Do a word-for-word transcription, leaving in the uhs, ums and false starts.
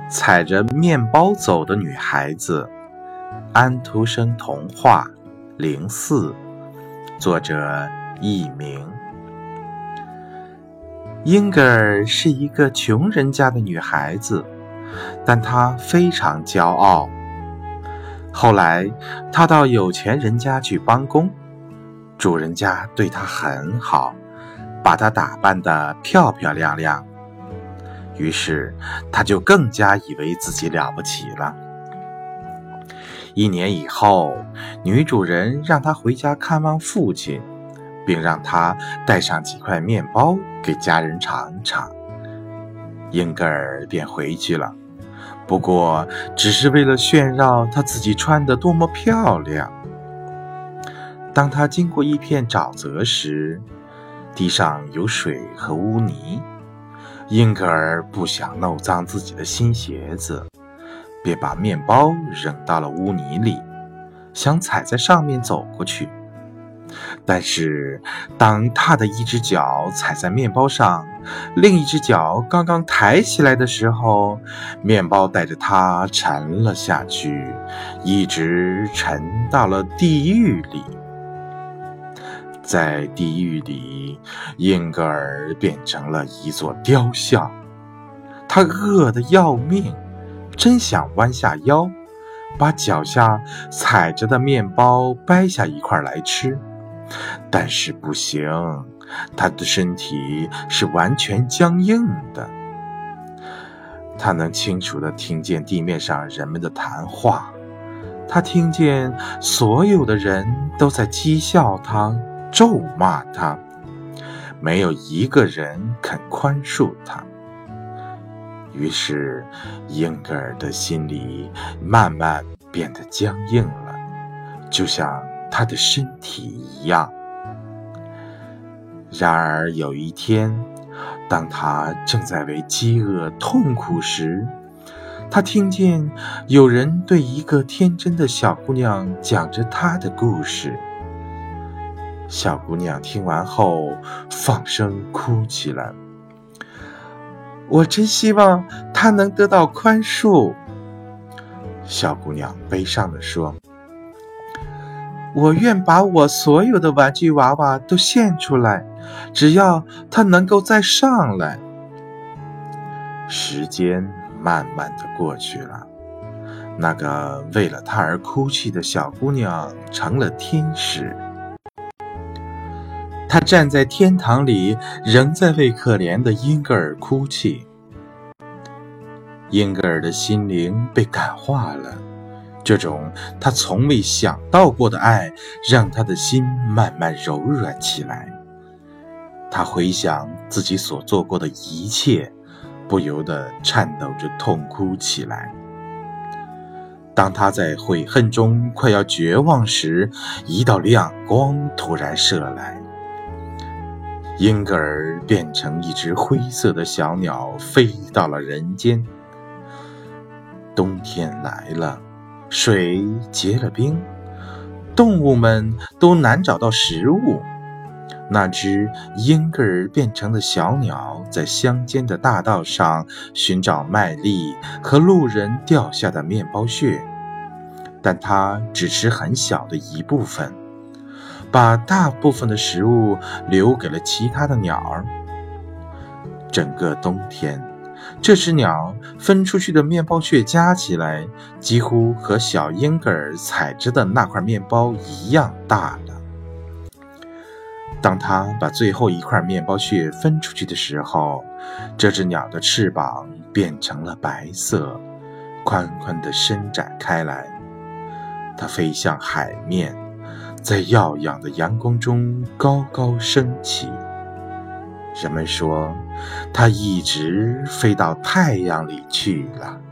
踩着面包走的女孩子，安徒生童话零四，作者佚名。英格尔是一个穷人家的女孩子，但她非常骄傲。后来她到有钱人家去帮工，主人家对她很好，把她打扮得漂漂亮亮。于是她就更加以为自己了不起了。一年以后，女主人让她回家看望父亲，并让她带上几块面包给家人尝尝。英格尔便回去了，不过只是为了炫耀她自己穿得多么漂亮。当她经过一片沼泽时，地上有水和污泥。英格尔不想弄脏自己的新鞋子，便把面包扔到了污泥里，想踩在上面走过去。但是当他的一只脚踩在面包上，另一只脚刚刚抬起来的时候，面包带着他沉了下去，一直沉到了地狱里。在地狱里，英格尔变成了一座雕像，他饿得要命，真想弯下腰，把脚下踩着的面包掰下一块来吃。但是不行，他的身体是完全僵硬的。他能清楚地听见地面上人们的谈话，他听见所有的人都在讥笑他，咒骂他，没有一个人肯宽恕他。于是英格尔的心里慢慢变得僵硬了，就像他的身体一样。然而有一天，当他正在为饥饿痛苦时，他听见有人对一个天真的小姑娘讲着她的故事。小姑娘听完后放声哭起来。我真希望她能得到宽恕。小姑娘悲伤地说，我愿把我所有的玩具娃娃都献出来，只要她能够再上来。时间慢慢地过去了，那个为了她而哭泣的小姑娘成了天使。她站在天堂里，仍在为可怜的英格尔哭泣。英格尔的心灵被感化了，这种他从未想到过的爱让他的心慢慢柔软起来。他回想自己所做过的一切，不由得颤抖着痛哭起来。当他在悔恨中快要绝望时，一道亮光突然射来，英格尔变成一只灰色的小鸟，飞到了人间。冬天来了，水结了冰，动物们都难找到食物。那只英格尔变成的小鸟在乡间的大道上寻找麦粒和路人掉下的面包屑，但它只吃很小的一部分，把大部分的食物留给了其他的鸟儿。整个冬天，这只鸟分出去的面包屑加起来，几乎和小英格尔踩着的那块面包一样大了。当它把最后一块面包屑分出去的时候，这只鸟的翅膀变成了白色，宽宽地伸展开来。它飞向海面，在耀眼的阳光中高高升起。人们说，它一直飞到太阳里去了。